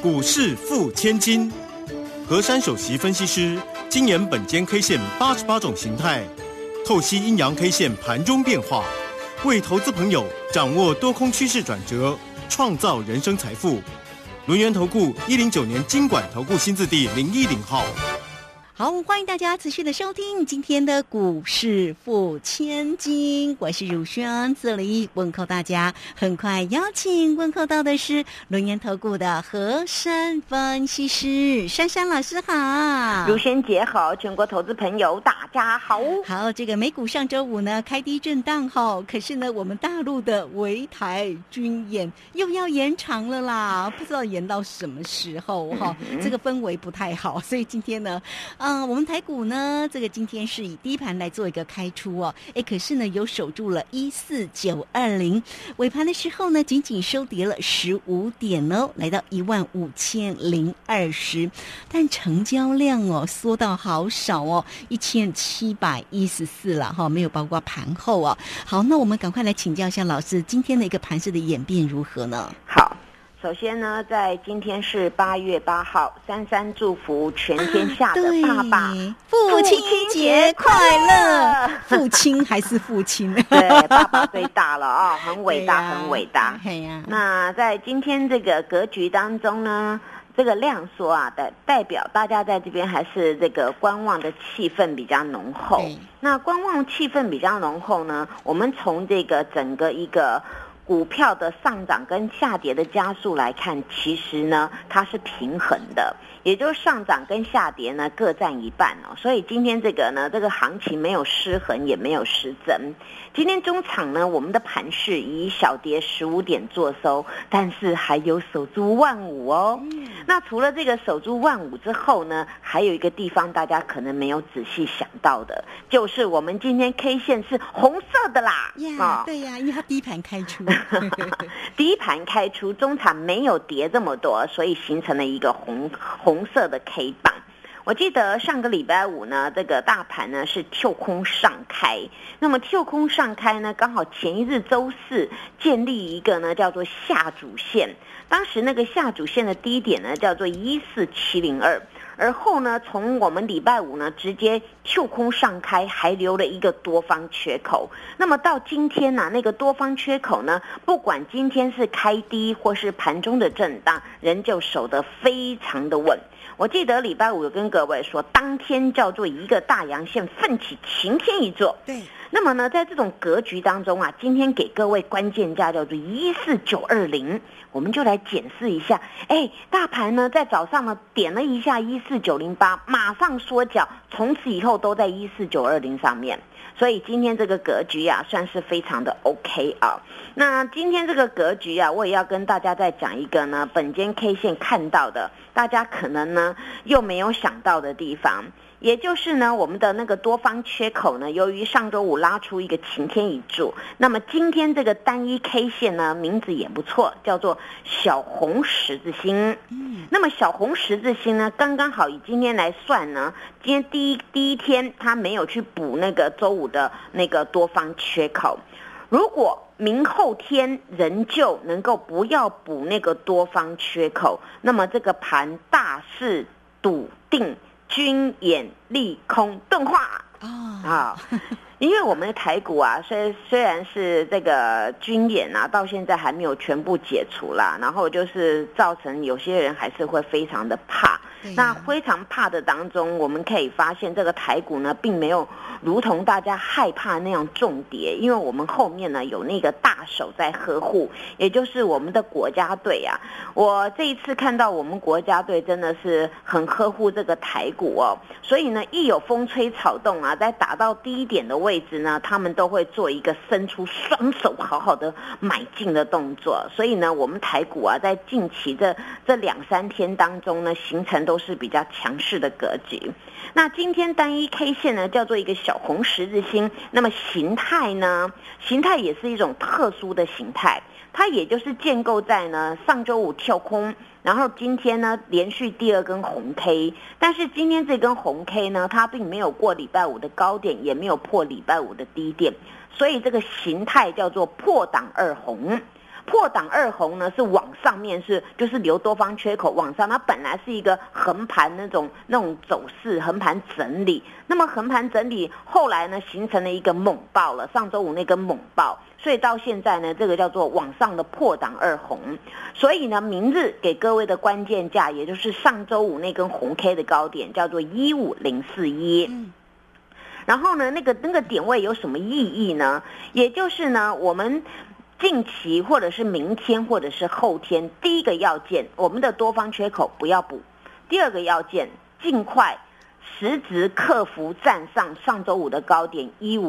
股市富千金，和山首席分析师精研本间 K 线88种形态，透析阴阳 K 线盘中变化，为投资朋友掌握多空趋势转折，创造人生财富。轮源投顾109年金管投顾新字第010号。 好，欢迎大家持续的收听今天的股市富千金，我是汝轩，这里问候大家。很快邀请问候到的是轮源投顾的和山分析师珊珊老师好。 汝轩姐好，全国投资朋友大家好。 好，这个美股上周五呢开低震荡后，可是呢我们大陆的围台军演又要延长了啦，不知道延到什么时候哈，这个氛围不太好，所以今天呢我们台股呢，这个今天是以低盘来做一个开出哦，可是呢有守住了14920，尾盘的时候呢仅仅收跌了15点哦，来到15020，但成交量哦缩到好少哦，1714了哈，没有包括盘后哦。好，那我们赶快来请教一下老师，今天的一个盘势的演变如何呢？ 好。首先呢，在今天是8月8号，珊珊祝福全天下的爸爸， 父亲节快乐！父亲还是父亲？ 对，爸爸最大了啊，很伟大，很伟大。那在今天这个格局当中呢，这个量缩啊的代表大家在这边还是这个观望的气氛比较浓厚。那观望气氛比较浓厚呢，我们从这个整个一个股票的上涨跟下跌的加速来看，其实呢它是平衡的，也就是上涨跟下跌呢各占一半哦。所以今天这个行情没有失衡也没有失真。今天中场呢我们的盘势以小跌15点做收，但是还有守住15000哦。那除了这个守住15000之后呢，还有一个地方大家可能没有仔细想到的，就是我们今天 K 线是红色的啦。 对呀，因为它低盘开出。 低盘开出，中场没有跌这么多，所以形成了一个红色的 K 棒。我记得上个礼拜五呢，这个大盘呢是跳空上开，那么跳空上开呢，刚好前一日周四建立一个呢叫做下主线，当时那个下主线的低点呢叫做14702。而后呢，从我们礼拜五呢直接跳空上开，还留了一个多方缺口。那么到今天呢，那个多方缺口呢，不管今天是开低或是盘中的震荡，仍旧守得非常的稳。我记得礼拜五有跟各位说，当天叫做一个大阳线奋起晴天一座。 对。 那么呢，在这种格局当中啊，今天给各位关键价叫做14920，我们就来检视一下。大盘呢在早上呢点了一下14908，马上缩脚，从此以后都在14920上面。所以今天这个格局啊，算是非常的 OK 啊。那今天这个格局啊，我也要跟大家再讲一个呢，本间 K 线看到的，大家可能呢又没有想到的地方。也就是呢，我们的那个多方缺口呢，由于上周五拉出一个晴天一柱，那么今天这个单一 K 线呢，名字也不错，叫做小红十字星。那么小红十字星呢，刚刚好以今天来算呢，今天第一天它没有去补那个周五的那个多方缺口，如果明后天仍旧能够不要补那个多方缺口，那么这个盘大势笃定。军演利空钝化因为我们的台股啊，虽然是这个军演啊，到现在还没有全部解除啦，然后就是造成有些人还是会非常的怕。那非常怕的当中，我们可以发现这个台股呢，并没有如同大家害怕那样重跌，因为我们后面呢有那个大手在呵护，也就是我们的国家队啊。我这一次看到我们国家队真的是很呵护这个台股哦，所以呢，一有风吹草动啊，在打到低点的位置呢，他们都会做一个伸出双手好好的买进的动作。所以呢，我们台股啊，在近期这2-3天当中呢，形成都是比较强势的格局。那今天单一 K 线呢叫做一个小红十字星，那么形态呢，形态也是一种特殊的形态，它也就是建构在呢上周五跳空，然后今天呢连续第二根红 K， 但是今天这根红 K 呢，它并没有过礼拜五的高点，也没有破礼拜五的低点，所以这个形态叫做破档二红。 破档二红呢是往上面就是留多方缺口往上，它本来是一个横盘那种走势，横盘整理。那么横盘整理后来呢形成了一个猛爆了，上周五那根猛爆，所以到现在呢这个叫做往上的破档二红。所以呢明日给各位的关键价也就是上周五那根红 K 的高点叫做15041。然后呢那个点位有什么意义呢？也就是呢我们近期或者是明天或者是后天，第一个要件我们的多方缺口不要补，第二个要件尽快实质克服站上上周五的高点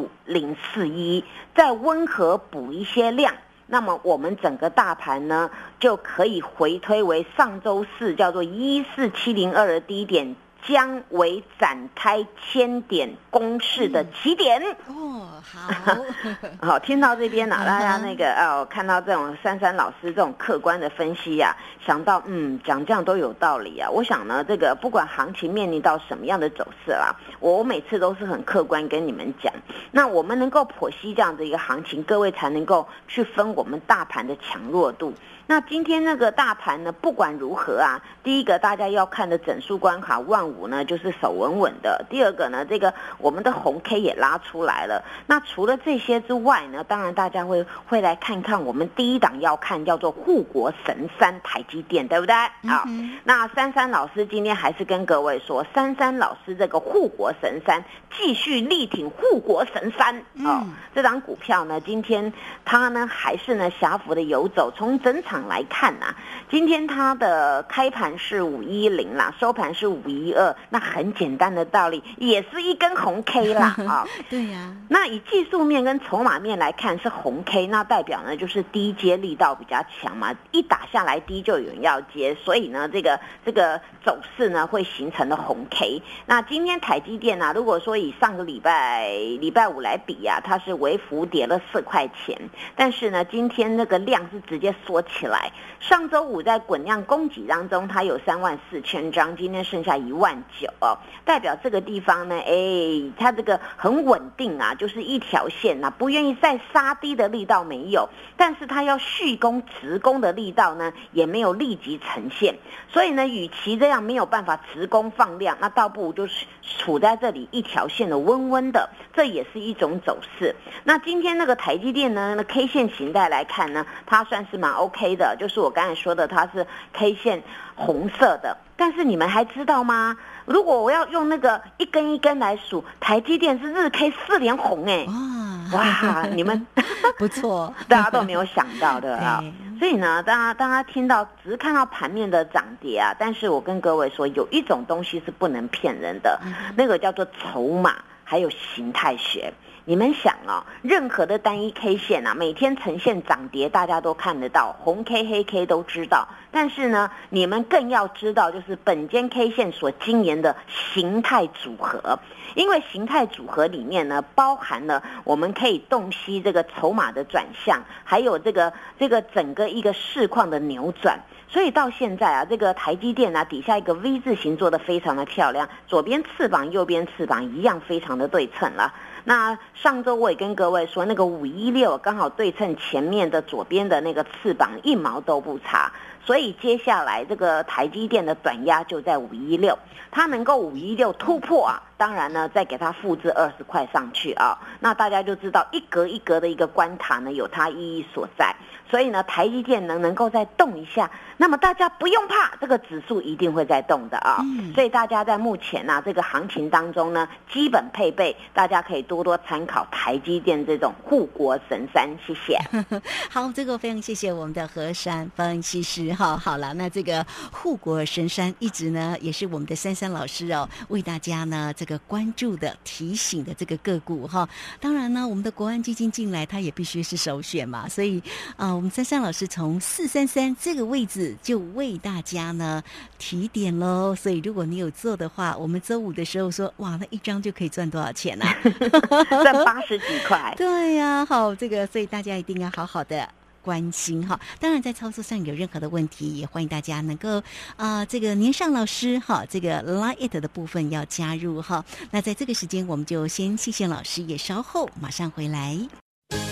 15041，再温和补一些量，那么我们整个大盘呢就可以回推为上周四叫做14702的低点，将为展开1000点攻势的起点。 好好，听到这边呢，大家看到这种珊珊老师这种客观的分析啊，想到讲这样都有道理啊。我想呢，这个不管行情面临到什么样的走势啦，我每次都是很客观跟你们讲。那我们能够剖析这样的一个行情，各位才能够去分我们大盘的强弱度。那今天那个大盘呢，不管如何啊，第一个大家要看的整数关卡15000呢，就是守稳稳的。第二个呢，这个我们的红 K 也拉出来了。那除了这些之外呢，当然大家会来看看我们第一档要看叫做护国神山台积电，对不对？好，那珊珊老师今天还是跟各位说，珊珊老师这个护国神山继续力挺护国神山这档股票呢，今天它呢还是呢狭幅的游走，从整场来看啊，今天它的开盘是510啦，收盘是512，那很简单的道理，也是一根红 K 啦对呀。 那以技术面跟筹码面来看是红 K， 那代表呢就是低接力道比较强嘛，一打下来低就有人要接，所以呢这个走势呢会形成的红 K。那今天台积电啊，如果说以上个礼拜五来比啊，它是微幅跌了4块钱，但是呢今天那个量是直接缩起来。上周五在滚量供给当中，它有34000张，今天剩下19000代表这个地方呢，它这个很稳定啊，就是一条线啊，不愿意再杀低的力道没有，但是它要续攻直攻的力道呢，也没有立即呈现。所以呢，与其这样没有办法直攻放量，那倒不如就是处在这里一条线的温温的，这也是一种走势。那今天那个台积电呢，那 K 线形态来看呢，它算是蛮 OK 的，就是我刚才说的，它是 K 线红色的。但是你们还知道吗？如果我要用那个一根一根来数，台积电是日 K 4连红哇，你们不错， 大家都没有想到的啊。所以呢，大家听到只是看到盘面的涨跌啊，但是我跟各位说，有一种东西是不能骗人的，那个叫做筹码，还有形态学。你们想任何的单一 K 线啊，每天呈现涨跌，大家都看得到，红 K 黑 K 都知道。但是呢，你们更要知道，就是本间 K 线所经营的形态组合，因为形态组合里面呢，包含了我们可以洞悉这个筹码的转向，还有这个整个一个市况的扭转。所以到现在啊，这个台积电啊，底下一个 V 字形做得非常的漂亮，左边翅膀右边翅膀一样非常的对称了。那上周我也跟各位说，那个516刚好对称前面的左边的那个翅膀1毛都不差，所以接下来这个台积电的短压就在516，它能够516突破啊，当然呢再给它复制20块上去啊，那大家就知道一格一格的一个关卡呢有它意义所在。所以呢台积电能够再动一下，那么大家不用怕，这个指数一定会再动的啊。所以大家在目前这个行情当中呢，基本配备大家可以多多参考台积电这种护国神山。谢谢。 好，这个非常谢谢我们的何珊分析师哈。好了，那这个护国神山一直呢也是我们的珊珊老师为大家呢这个关注的提醒的这个个股哈。当然呢，我们的国安基金进来，它也必须是首选嘛，所以我们珊珊老师从433这个位置就为大家呢提点咯。所以如果你有做的话，我们周五的时候说，哇，那一张就可以赚多少钱啊？ 赚80几块。 对呀，好，这个所以大家一定要好好的关心哈。当然在操作上有任何的问题，也欢迎大家能够这个黏上老师哈，这个 Line 的部分要加入哈。那在这个时间我们就先谢谢老师，也稍后马上回来。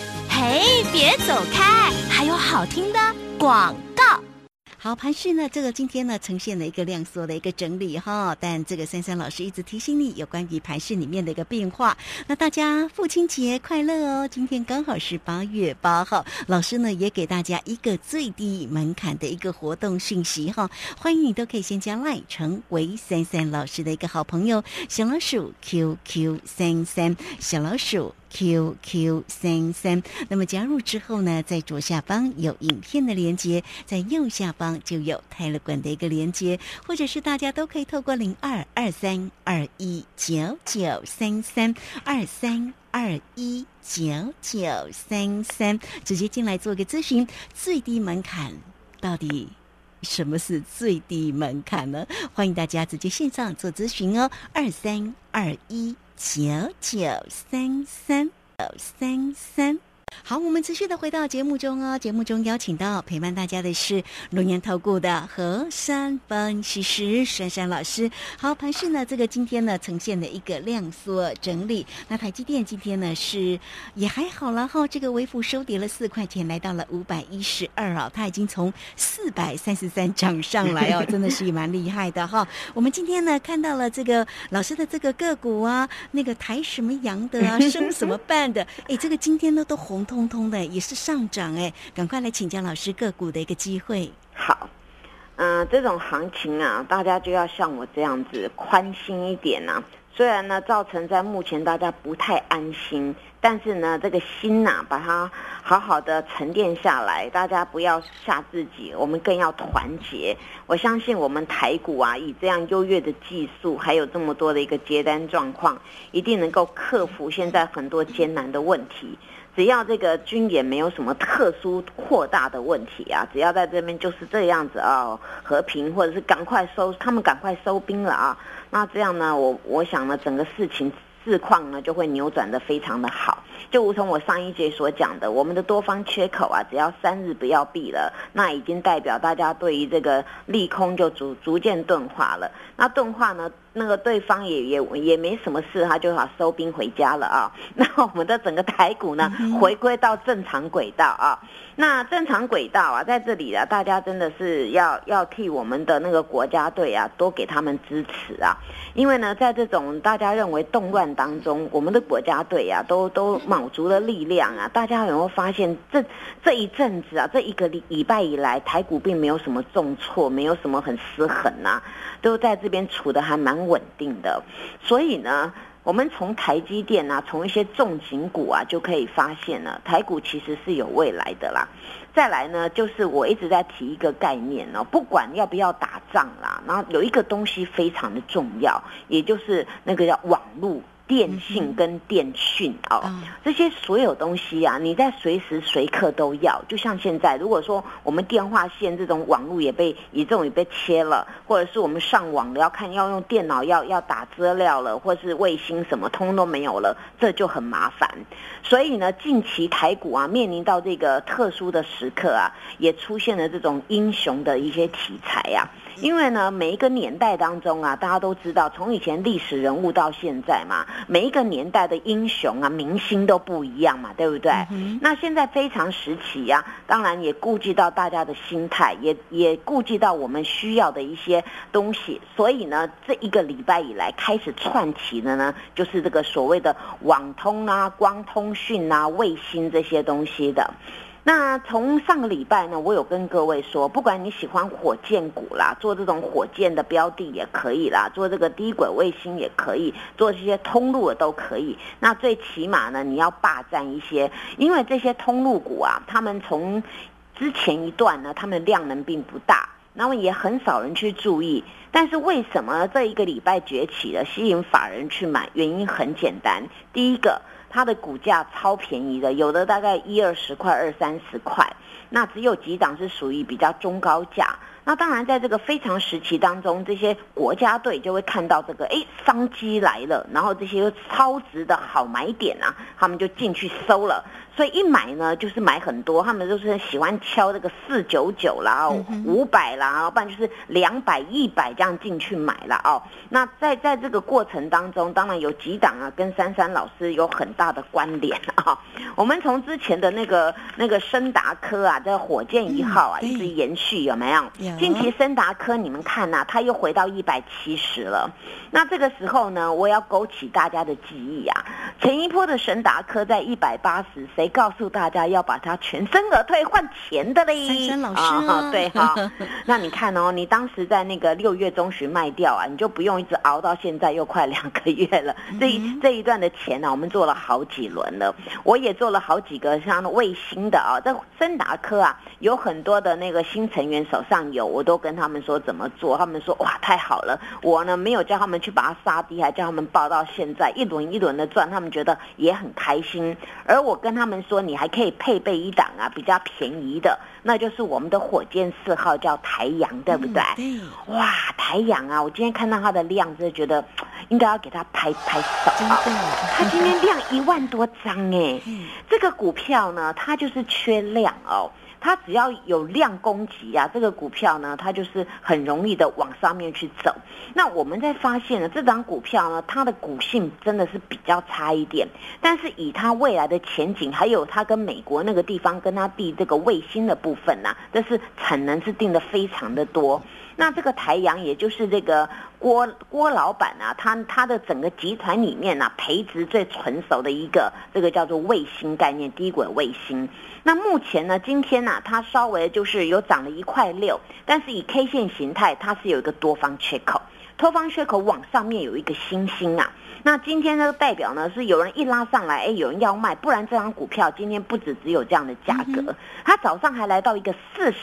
嘿，别走开，还有好听的广告。 好，盘势呢，这个今天呢呈现了一个量缩的一个整理哈，但这个珊珊老师一直提醒你有关于盘势里面的一个变化。那大家父亲节快乐哦！今天刚好是8月8号，老师呢也给大家一个最低门槛的一个活动讯息哈，欢迎你都可以先加 LINE 成为珊珊老师的一个好朋友，小老鼠 QQ33，小老鼠QQ33，那么加入之后呢，在左下方有影片的连接，在右下方就有Telegram的一个连接，或者是大家都可以透过022321993323219933直接进来做个咨询。最低门槛到底什么是最低门槛呢？欢迎大家直接线上做咨询哦，2321993333。好，我们持续的回到节目中哦。节目中邀请到陪伴大家的是龙岩投顾的和珊分析师珊珊老师。好，盘势呢，这个今天呢呈现了一个量缩整理。那台积电今天呢是也还好了哈，这个微幅收跌了4块钱，来到了512啊，它已经从433涨上来哦，真的是蛮厉害的哈。我们今天呢看到了这个老师的这个个股啊，那个抬什么阳的啊，升什么半的，哎，这个今天呢都红通通的，也是上涨哎，赶快来请教老师个股的一个机会。 好，这种行情啊，大家就要像我这样子宽心一点啊。虽然呢，造成在目前大家不太安心，但是呢，这个心啊，把它好好的沉淀下来，大家不要吓自己，我们更要团结。我相信我们台股啊，以这样优越的技术，还有这么多的一个接单状况，一定能够克服现在很多艰难的问题。只要这个军演没有什么特殊扩大的问题啊，只要在这边就是这样子啊，和平或者是他们赶快收兵了啊，那这样呢，我想呢，整个市况呢就会扭转得非常的好。就如同我上一节所讲的，我们的多方缺口啊，只要3日不要避了，那已经代表大家对于这个利空就逐渐钝化了。那钝化呢，那个对方也没什么事，他就好收兵回家了啊。那我们的整个台股呢，回归到正常轨道啊。那正常轨道啊，在这里啊，大家真的是要替我们的那个国家队啊，多给他们支持啊。因为呢，在这种大家认为动乱当中，我们的国家队啊，都卯足了力量啊。大家有没有发现，这一阵子啊，这一个礼拜以来，台股并没有什么重挫，没有什么很失衡啊，都在这边处得还蛮稳定的。所以呢，我们从台积电啊，从一些重型股啊，就可以发现了，台股其实是有未来的啦。再来呢，就是我一直在提一个概念哦，不管要不要打仗啦，然后有一个东西非常的重要，也就是那个叫网络。电信跟电讯这些所有东西啊，你在随时随刻都要。就像现在，如果说我们电话线这种网络也被切了，或者是我们上网要用电脑要打资料了，或是卫星什么通都没有了，这就很麻烦。所以呢，近期台股啊面临到这个特殊的时刻啊，也出现了这种英雄的一些题材啊。因为呢，每一个年代当中啊，大家都知道，从以前历史人物到现在嘛，每一个年代的英雄啊、明星都不一样嘛，对不对？那现在非常时期啊，当然也顾及到大家的心态，也顾及到我们需要的一些东西，所以呢，这一个礼拜以来开始串起的呢，就是这个所谓的网通啊、光通讯啊、卫星这些东西的。那从上个礼拜呢，我有跟各位说，不管你喜欢火箭股啦，做这种火箭的标的也可以啦，做这个低轨卫星也可以，做这些通路的都可以。那最起码呢，你要霸占一些，因为这些通路股啊，他们从之前一段呢，他们量能并不大，然后也很少人去注意。但是为什么这一个礼拜崛起了，吸引法人去买？原因很简单，第一个，它的股价超便宜的，有的大概10-20块、20-30块，那只有几档是属于比较中高价。那当然在这个非常时期当中，这些国家队就会看到这个商机来了，然后这些超值的好买点啊，他们就进去收了。 所以一买呢就是买很多，他们就是喜欢敲这个499啦，500啦，不然就是200、100这样进去买了哦。那在这个过程当中，当然有几档啊跟珊珊老师有很大的关联啊。我们从之前的那个昇達科啊，这火箭1號啊，一直延续有没有？近期昇達科你们看啊，它又回到170了。那这个时候呢，我要勾起大家的记忆啊，前一波的昇達科在180，谁告诉大家要把它全身而退换钱的嘞？ 珊珊老师啊， 对哈。那你看哦，你当时在那个6月中旬卖掉啊，你就不用一直熬到现在又快2个月了。这一段的钱呢，我们做了好几轮了，我也做了好几个像卫星的啊，这昇達科啊，有很多的那个新成员手上有，我都跟他们说怎么做，他们说哇太好了，我呢没有叫他们去把它杀低，还叫他们抱到现在一轮一轮的赚，他们觉得也很开心。而我跟他们说，你还可以配备一档啊比较便宜的，那就是我们的火箭4號叫台阳，对不对？哇，台阳啊，我今天看到它的量，真的觉得应该要给它拍拍手啊！它今天量1万多张哎，这个股票呢，它就是缺量哦。它只要有量供给啊，这个股票呢，它就是很容易的往上面去走。那我们在发现了这档股票呢，它的股性真的是比较差一点，但是以它未来的前景，还有它跟美国那个地方跟它比这个卫星的部分啊，这是产能是定的非常的多。那这个台阳也就是这个郭老板啊，他的整个集团里面啊，培植最成熟的一个这个叫做卫星概念，低轨卫星。那目前呢，今天啊，它稍微就是有涨了1.6塊，但是以 K 线形态，它是有一个多方缺口，多方缺口往上面有一个星星啊。那今天呢，代表呢是有人一拉上来，有人要卖，不然这张股票今天不只有这样的价格，它早上还来到一个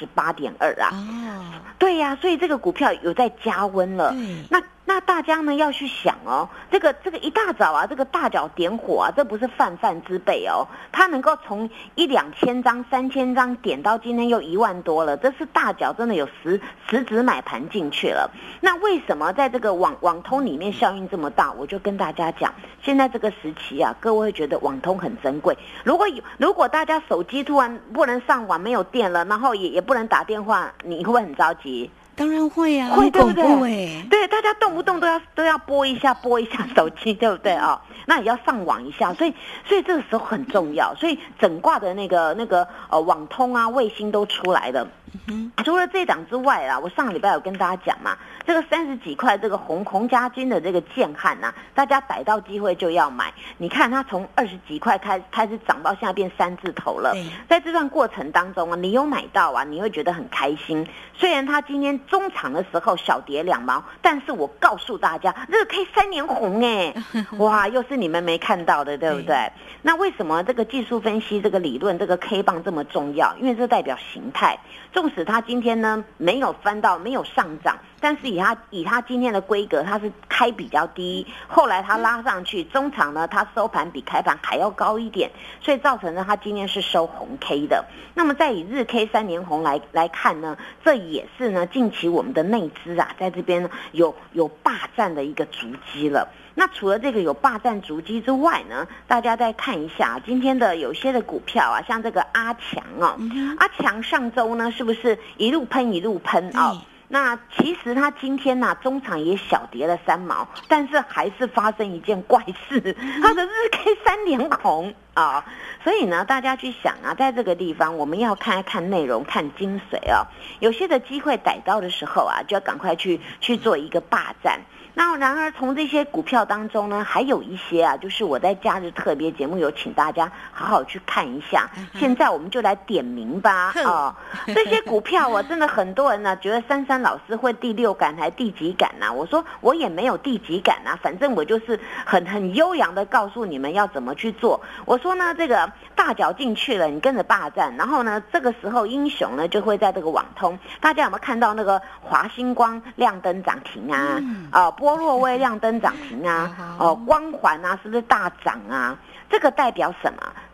48.2啊。对呀，所以这个股票有在加温了。那大家呢要去想哦，这个一大早啊，这个大脚点火啊，这不是泛之辈哦，它能够从1-2千张、3000张点到今天又1万多了，这是大脚真的有实质买盘进去了。那为什么在这个网通里面效应这么大？我就跟大家讲，现在这个时期啊，各位会觉得网通很珍贵。如果大家手机突然不能上网，没有电了，然后也不能打电话，你会不会很着急？ 当然会啊， 会对不对？ 对，大家动不动都要拨一下手机，对不对啊？那也要上网一下，所以这个时候很重要。所以整挂的那个网通啊、卫星都出来了。除了这档之外啊，我上个礼拜有跟大家讲嘛，这个30几块这个洪家军的这个建汉啊，大家逮到机会就要买。你看它从20几块开始涨到现在变3字头了，在这段过程当中啊，你有买到啊，你会觉得很开心。虽然它今天中场的时候小跌2毛，但是我告诉大家，这个 K 3连红哎，哇，又是你们没看到的，对不对？那为什么这个技术分析这个理论这个 K 棒这么重要？因为这代表形态。纵使它今天呢没有翻到，没有上涨，但是以它今天的规格，它是开比较低，后来它拉上去，中场呢它收盘比开盘还要高一点，所以造成了它今天是收红 K 的。那么再以日 K 3连红来看呢，这也是呢近期我们的内资啊在这边呢有霸占的一个足迹了。那除了这个有霸占足迹之外呢，大家再看一下今天的有些的股票啊，像这个阿强哦，阿强上周呢是不是一路喷哦？那其实它今天啊中场也小跌了3毛，但是还是发生一件怪事，它的日 K 3连红啊。所以呢，大家去想啊，在这个地方我们要看内容，看精髓啊。有些的机会逮到的时候啊，就要赶快去做一个霸占。那然而从这些股票当中呢，还有一些啊，就是我在假日特别节目有请大家好好去看一下。现在我们就来点名吧哦。这些股票我真的很多人呢觉得珊珊老师会第6感还第几感啊？我说我也没有第几感啊，反正我就是很悠扬的告诉你们要怎么去做。我说呢，这个大脚进去了，你跟着霸占，然后呢，这个时候英雄呢就会在这个网通。大家有没有看到那个华星光亮灯涨停啊？波若威亮灯涨停啊，光环啊，是不是大涨啊？这个代表什么？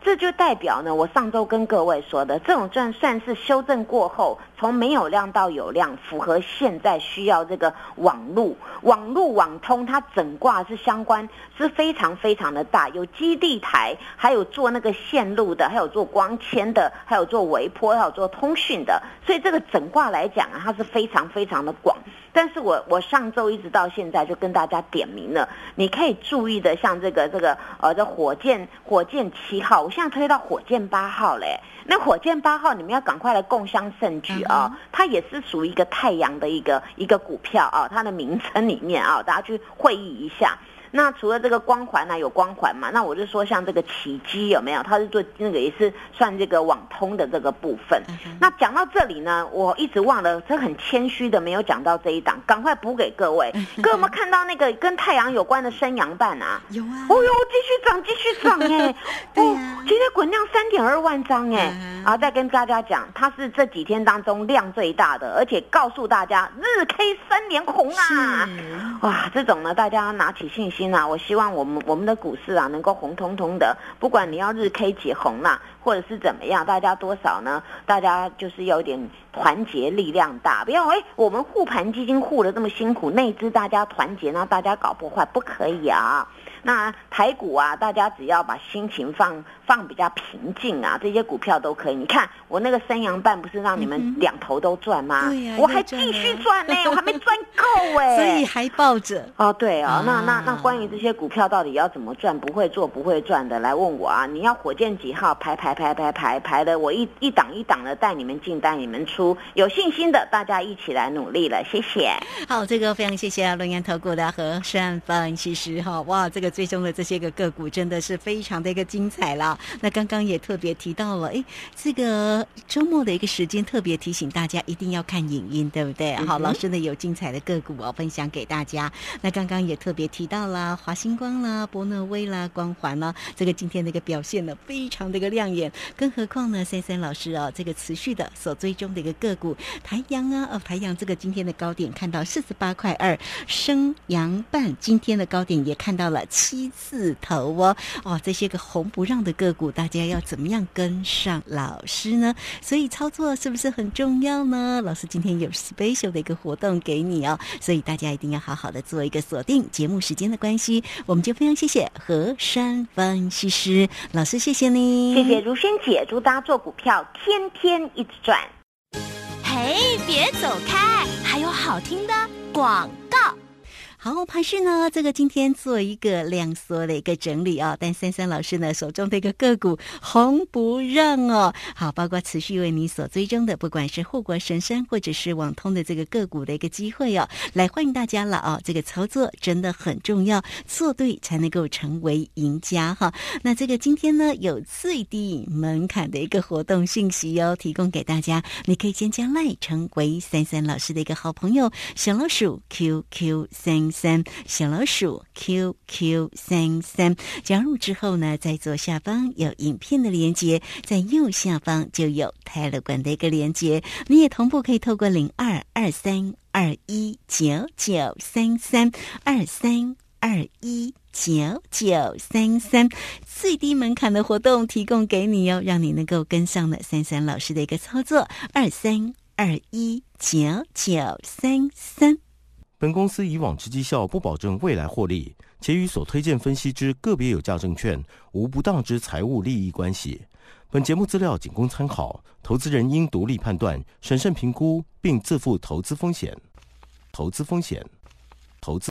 这就代表呢，我上周跟各位说的，这种算是修正过后，从没有量到有量，符合现在需要这个网通，它整挂是相关，是非常非常的大，有基地台，还有做那个线路的，还有做光纤的，还有做微波，还有做通讯的，所以这个整挂来讲啊，它是非常非常的广。但是我上周一直到现在就跟大家点名了，你可以注意的，像这火箭7号，我现在推到火箭8号嘞。那火箭8号你们要赶快来共襄盛举啊！它也是属于一个太阳的一个股票啊，它的名称里面啊，大家去会意一下。那除了这个光环有光环嘛，那我就说像这个奇迹有没有？它是做那个也是算这个网通的这个部分。那讲到这里呢，我一直忘了，这很谦虚的没有讲到这一档，赶快补给各位。各位有没有看到那个跟太阳有关的升阳半啊？ 有啊。 哦哟，继续涨哎！ 对啊， 今天滚量3.2万张哎！然后再跟大家讲，它是这几天当中量最大的，而且告诉大家日 K 3连红啊！哇，这种呢，大家拿起信心啊！我希望我们的股市啊能够红彤彤的，不管你要日 K 解红啦，或者是怎么样，大家多少呢？大家就是有点团结力量大，不要我们护盘基金护得这么辛苦，内资大家团结，然后大家搞破坏，不可以啊！那台股啊，大家只要把心情放比较平静啊，这些股票都可以。你看我那个升阳半不是让你们两头都赚吗？ 对呀， 我还继续赚呢，我还没赚够哎， 所以还抱着。 哦，对哦，那关于这些股票到底要怎么赚，不会做不会赚的，来问我啊！你要火箭几号排的，我一档一档的带你们进，带你们出，有信心的大家一起来努力了，谢谢。 好，这个非常谢谢轮研投顾的和善分析师哈，哇，这个最终的这些个股真的是非常的一个精彩啦。那刚刚也特别提到了，这个周末的一个时间特别提醒大家一定要看影音，对不对？好，老师呢有精彩的个股分享给大家。那刚刚也特别提到啦，华星光啦、博诺威啦、光环啦，这个今天的一个表现呢非常的一个亮眼，更何况呢，33老师这个持续的所追踪的一个个股台阳啊，台阳这个今天的高点看到48.2块，升阳半今天的高点也看到了7字头这些个红不让的个股，大家要怎么样跟上老师呢？所以操作是不是很重要呢？老师今天有 special 的一个活动给你所以大家一定要好好的做一个锁定。节目时间的关系，我们就非常谢谢和山分析师老师，谢谢你， 谢谢如萱姐，祝大家做股票天天一直赚。 嘿，别走开，还有好听的广告。 好，盘势呢，这个今天做一个量缩的一个整理但33老师呢手中的一个个股红不让好，包括持续为你所追踪的，不管是护国神山或者是网通的这个个股的一个机会来欢迎大家了这个操作真的很重要，做对才能够成为赢家那这个今天呢有最低门槛的一个活动信息提供给大家，你可以先加 LINE 成为33老师的一个好朋友，小老鼠 QQ33，小老鼠 QQ33， 加入之后呢，在左下方有影片的连结，在右下方就有Telegram的一个连结，你也同步可以透过0223219933 23219933最低门槛的活动提供给你让你能够跟上了33老师的一个操作23219933。 本公司以往之绩效不保证未来获利，且与所推荐分析之个别有价证券无不当之财务利益关系。本节目资料仅供参考，投资人应独立判断、审慎评估，并自负投资风险。